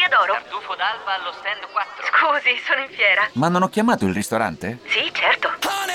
Osteria d'Oro. Tartufo d'alba allo stand 4. Scusi, sono in fiera. Ma non ho chiamato il ristorante? Sì, certo.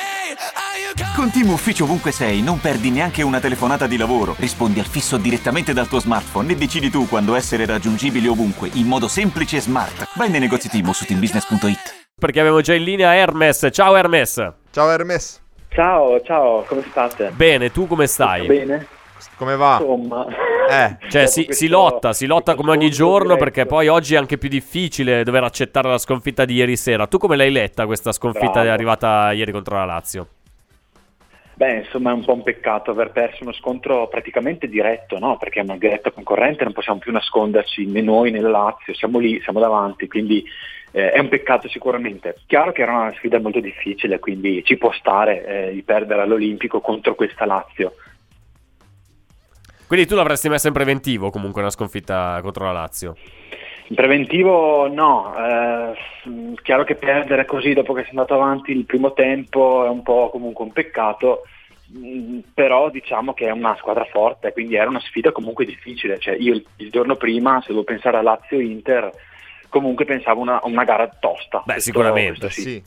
Con Team Ufficio ovunque sei, non perdi neanche una telefonata di lavoro. Rispondi al fisso direttamente dal tuo smartphone e decidi tu quando essere raggiungibile ovunque, in modo semplice e smart. Vai nei negozi Team o su teambusiness.it. Perché abbiamo già in linea Hermes. Ciao Hermes. Ciao Hermes. Ciao, come state? Bene, tu come stai? Bene? Come va? Insomma, Cioè si lotta come ogni giorno, perché poi oggi è anche più difficile dover accettare la sconfitta di ieri sera. Tu come l'hai letta questa sconfitta arrivata ieri contro la Lazio? beh, insomma è un po' un peccato aver perso uno scontro praticamente diretto, no? Perché è una diretta concorrente, non possiamo più nasconderci né noi né la Lazio, siamo lì, siamo davanti, quindi è un peccato sicuramente. Chiaro che era una sfida molto difficile, quindi ci può stare di perdere all'Olimpico contro questa Lazio. Quindi tu l'avresti messa in preventivo comunque una sconfitta contro la Lazio? In preventivo no, chiaro che perdere così dopo che si è andato avanti il primo tempo è un po' comunque un peccato, però diciamo che è una squadra forte, quindi era una sfida comunque difficile. Cioè io il giorno prima, se devo pensare a Lazio-Inter, comunque pensavo una gara tosta. Beh, sicuramente. Sì.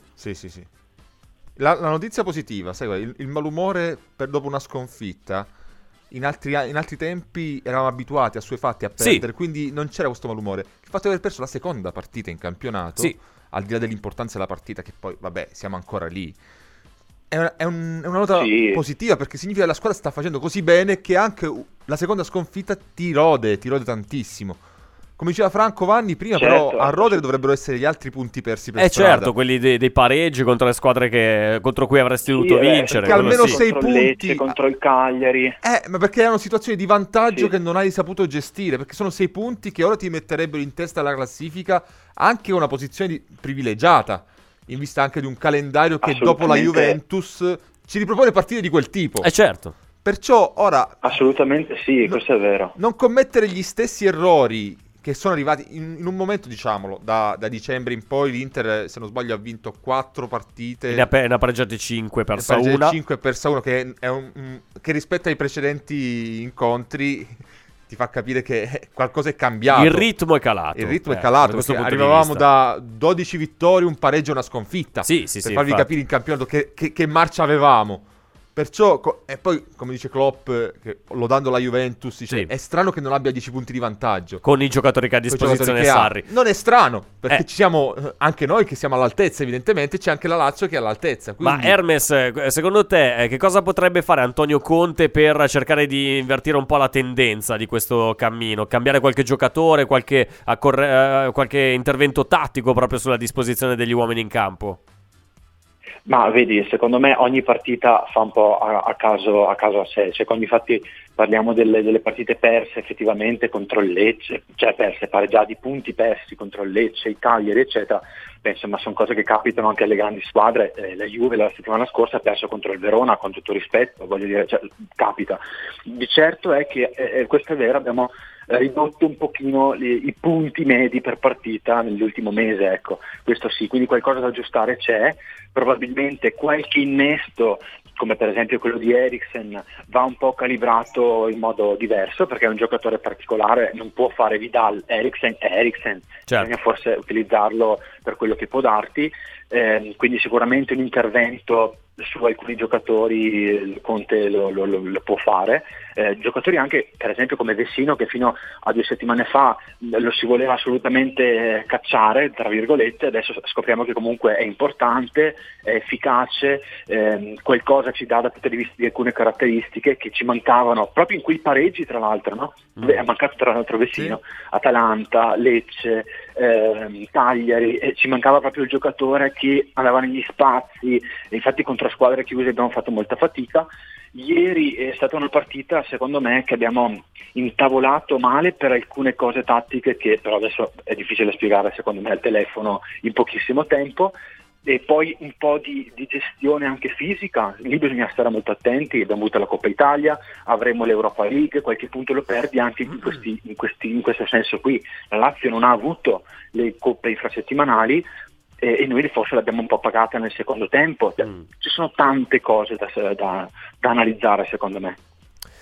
La notizia positiva, sai, il malumore dopo una sconfitta. In altri tempi eravamo abituati, assuefatti a perdere, quindi non c'era questo malumore. Il fatto di aver perso la seconda partita in campionato, al di là dell'importanza della partita, che poi, vabbè, siamo ancora lì, è una nota positiva, perché significa che la squadra sta facendo così bene che anche la seconda sconfitta ti rode tantissimo. Come diceva Franco Vanni prima, certo, però a rodere dovrebbero essere gli altri punti persi per strada. Certo, quelli dei pareggi contro le squadre contro cui avresti dovuto vincere. Perché almeno 6 contro punti Lecce, contro il Cagliari. Ma perché erano situazioni di vantaggio che non hai saputo gestire, perché sono 6 punti che ora ti metterebbero in testa alla classifica, anche una posizione privilegiata, in vista anche di un calendario che dopo la Juventus ci ripropone partite di quel tipo. Certo. Perciò ora... Assolutamente sì, questo è vero. Non commettere gli stessi errori che sono arrivati in un momento, diciamolo, da dicembre in poi l'Inter, se non sbaglio, ha vinto 4 partite. Ne ha pareggiate 5, persa una. 5 persa una, che è che rispetto ai precedenti incontri ti fa capire che qualcosa è cambiato. Il ritmo è calato. Perché arrivavamo da 12 vittorie, un pareggio e una sconfitta. Sì, per farvi capire in campionato che marcia avevamo. Perciò, e poi come dice Klopp, lodando la Juventus, dice, è strano che non abbia 10 punti di vantaggio con i giocatori che ha a disposizione Sarri. Non è strano, perché ci siamo anche noi che siamo all'altezza, evidentemente c'è anche la Lazio che è all'altezza. Quindi... Ma Hermes, secondo te che cosa potrebbe fare Antonio Conte per cercare di invertire un po' la tendenza di questo cammino? Cambiare qualche giocatore, qualche intervento tattico proprio sulla disposizione degli uomini in campo? Ma vedi, secondo me ogni partita fa un po' a caso a sé, cioè quando infatti parliamo delle partite perse effettivamente contro il Lecce, cioè pareggiati, punti persi contro il Lecce, il Cagliari eccetera, insomma sono cose che capitano anche alle grandi squadre. La Juve la settimana scorsa ha perso contro il Verona, con tutto rispetto, voglio dire, cioè, capita. Di certo è che, questo è vero, abbiamo ridotto un pochino i punti medi per partita nell'ultimo mese, ecco, questo sì, quindi qualcosa da aggiustare c'è, probabilmente qualche innesto come per esempio quello di Eriksen va un po' calibrato in modo diverso, perché è un giocatore particolare, non può fare Vidal, Eriksen è Eriksen, certo. Bisogna forse utilizzarlo per quello che può darti, quindi sicuramente un intervento su alcuni giocatori il Conte lo può fare, giocatori anche per esempio come Vessino, che fino a 2 settimane fa lo si voleva assolutamente cacciare tra virgolette, adesso scopriamo che comunque è importante, è efficace, qualcosa ci dà dal punto di vista di alcune caratteristiche che ci mancavano proprio in quei pareggi, tra l'altro, no? È mancato tra l'altro Vessino, Atalanta, Lecce, Cagliari, ci mancava proprio il giocatore che andava negli spazi, e infatti contro squadre chiuse abbiamo fatto molta fatica. Ieri è stata una partita secondo me che abbiamo intavolato male per alcune cose tattiche che però adesso è difficile spiegare secondo me al telefono in pochissimo tempo, e poi un po' di gestione anche fisica, lì bisogna stare molto attenti, abbiamo avuto la Coppa Italia, avremo l'Europa League, qualche punto lo perdi anche in questo senso qui. La Lazio non ha avuto le coppe infrasettimanali e noi forse l'abbiamo un po' pagata nel secondo tempo. Ci sono tante cose da analizzare secondo me.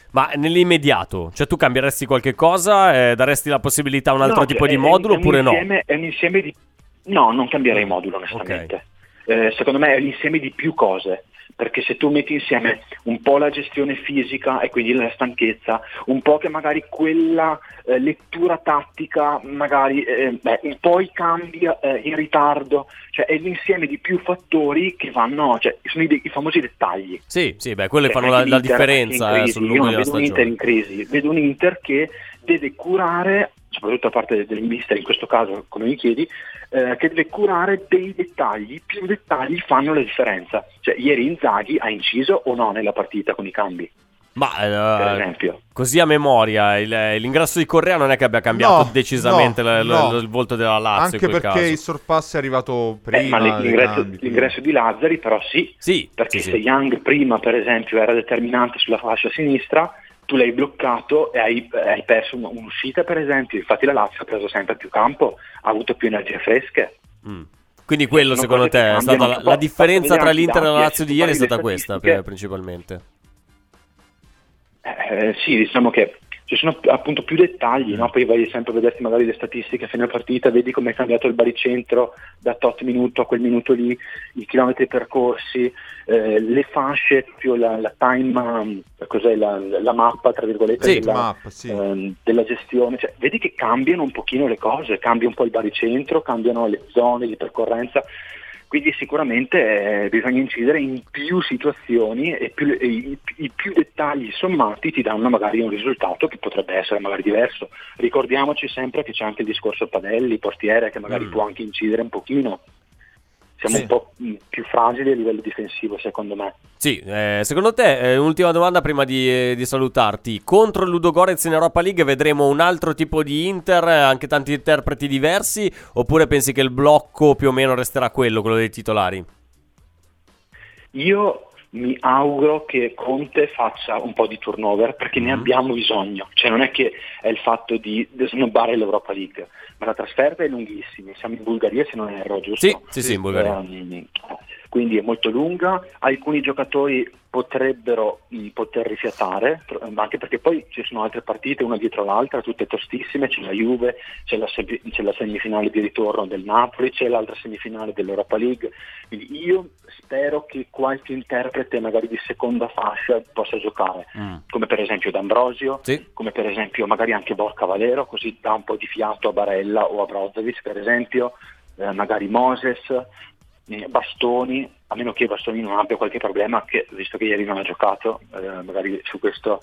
Ma nell'immediato, cioè tu cambieresti qualche cosa, daresti la possibilità a un altro tipo di modulo oppure no? È un insieme di... No, non cambierei modulo onestamente. Secondo me è l'insieme di più cose, perché se tu metti insieme un po' la gestione fisica e quindi la stanchezza, un po' che magari quella lettura tattica, magari un po' i cambi in ritardo, cioè è l'insieme di più fattori che vanno, cioè sono i famosi dettagli. Sì, quelli fanno la differenza sul lungo della stagione. Io non vedo un Inter in crisi, vedo un Inter che deve curare, soprattutto a parte del mister in questo caso, come mi chiedi, che deve curare dei dettagli, più dettagli fanno la differenza. Cioè ieri Inzaghi ha inciso o no nella partita con i cambi? Ma per esempio, così a memoria l'ingresso di Correa non è che abbia cambiato decisamente il volto della Lazio, anche in quel perché caso. il sorpasso è arrivato prima. Ma l'ingresso di Lazzari però sì, perché se Young prima per esempio era determinante sulla fascia sinistra, tu l'hai bloccato e hai perso un'uscita per esempio. Infatti la Lazio ha preso sempre più campo, ha avuto più energie fresche. Quindi quello secondo te è stata la differenza tra l'Inter e la Lazio di ieri, è stata questa principalmente? Sì, diciamo che ci sono appunto più dettagli, no? Poi vai sempre a vederti magari le statistiche a fine partita, vedi come è cambiato il baricentro da tot minuto a quel minuto lì, i chilometri percorsi, le fasce, più la time, cos'è la mappa tra virgolette della gestione, cioè vedi che cambiano un pochino le cose, cambia un po' il baricentro, cambiano le zone di percorrenza. Quindi sicuramente bisogna incidere in più situazioni e i più dettagli sommati ti danno magari un risultato che potrebbe essere magari diverso. Ricordiamoci sempre che c'è anche il discorso Padelli, portiere, che magari può anche incidere un pochino. Siamo un po' più fragili a livello difensivo, secondo me. Sì, secondo te, un'ultima domanda prima di salutarti. Contro il Ludogorets in Europa League vedremo un altro tipo di Inter, anche tanti interpreti diversi, oppure pensi che il blocco più o meno resterà quello dei titolari? Io mi auguro che Conte faccia un po' di turnover, perché ne abbiamo bisogno. Cioè non è che è il fatto di snobbare l'Europa League, ma la trasferta è lunghissima. Siamo in Bulgaria, se non erro, giusto? Sì, in Bulgaria. Quindi è molto lunga. Alcuni giocatori potrebbero poter rifiatare, ma anche perché poi ci sono altre partite una dietro l'altra, tutte tostissime. C'è la Juve, c'è la semifinale di ritorno del Napoli, c'è l'altra semifinale dell'Europa League. Quindi io spero che qualche interprete magari di seconda fascia possa giocare, come per esempio D'Ambrosio, come per esempio magari anche Borca Valero, così dà un po' di fiato a Barella o a Brozovic per esempio, magari Moses, Bastoni, a meno che Bastoni non abbia qualche problema, che visto che ieri non ha giocato, magari su questo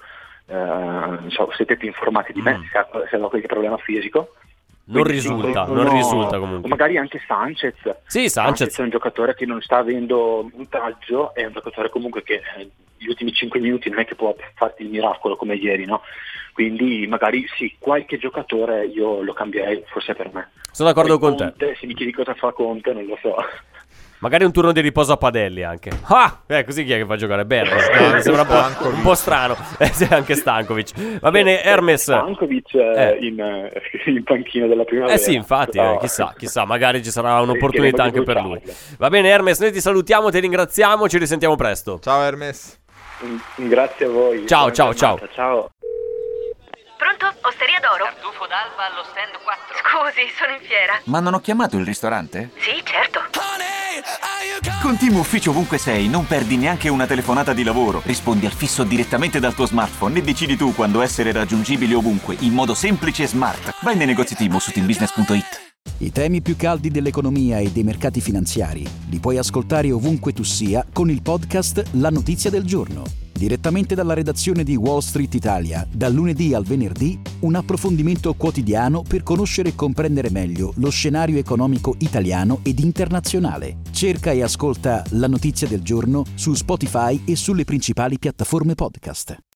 siete più informati di me, se ha qualche problema fisico. Non risulta comunque. O magari anche Sanchez. Sì, Sanchez è un giocatore che non sta avendo minutaggio, è un giocatore comunque che gli ultimi 5 minuti non è che può farti il miracolo come ieri, no? Quindi magari sì, qualche giocatore io lo cambierei, forse per me. Sono d'accordo con te. Se mi chiedi cosa fa Conte non lo so. Magari un turno di riposo a Padelli anche. Così chi è che fa giocare bene? Mi sembra un po' strano. Anche Stankovic. Va bene, Hermes. Stankovic in panchina della primavera. Sì, infatti, chissà, magari ci sarà un'opportunità anche per lui. Va bene, Hermes, noi ti salutiamo, ti ringraziamo, ci risentiamo presto. Ciao Hermes. Grazie a voi. Ciao. Ciao. Pronto? Osteria d'Oro? Tartufo d'Alba allo stand 4. Scusi, sono in fiera. Ma non ho chiamato il ristorante? Sì, certo. Con Team Ufficio ovunque sei, non perdi neanche una telefonata di lavoro. Rispondi al fisso direttamente dal tuo smartphone e decidi tu quando essere raggiungibile ovunque, in modo semplice e smart. Vai nei negozi Team o su teambusiness.it. I temi più caldi dell'economia e dei mercati finanziari li puoi ascoltare ovunque tu sia con il podcast La Notizia del Giorno. Direttamente dalla redazione di Wall Street Italia, dal lunedì al venerdì, un approfondimento quotidiano per conoscere e comprendere meglio lo scenario economico italiano ed internazionale. Cerca e ascolta La Notizia del Giorno su Spotify e sulle principali piattaforme podcast.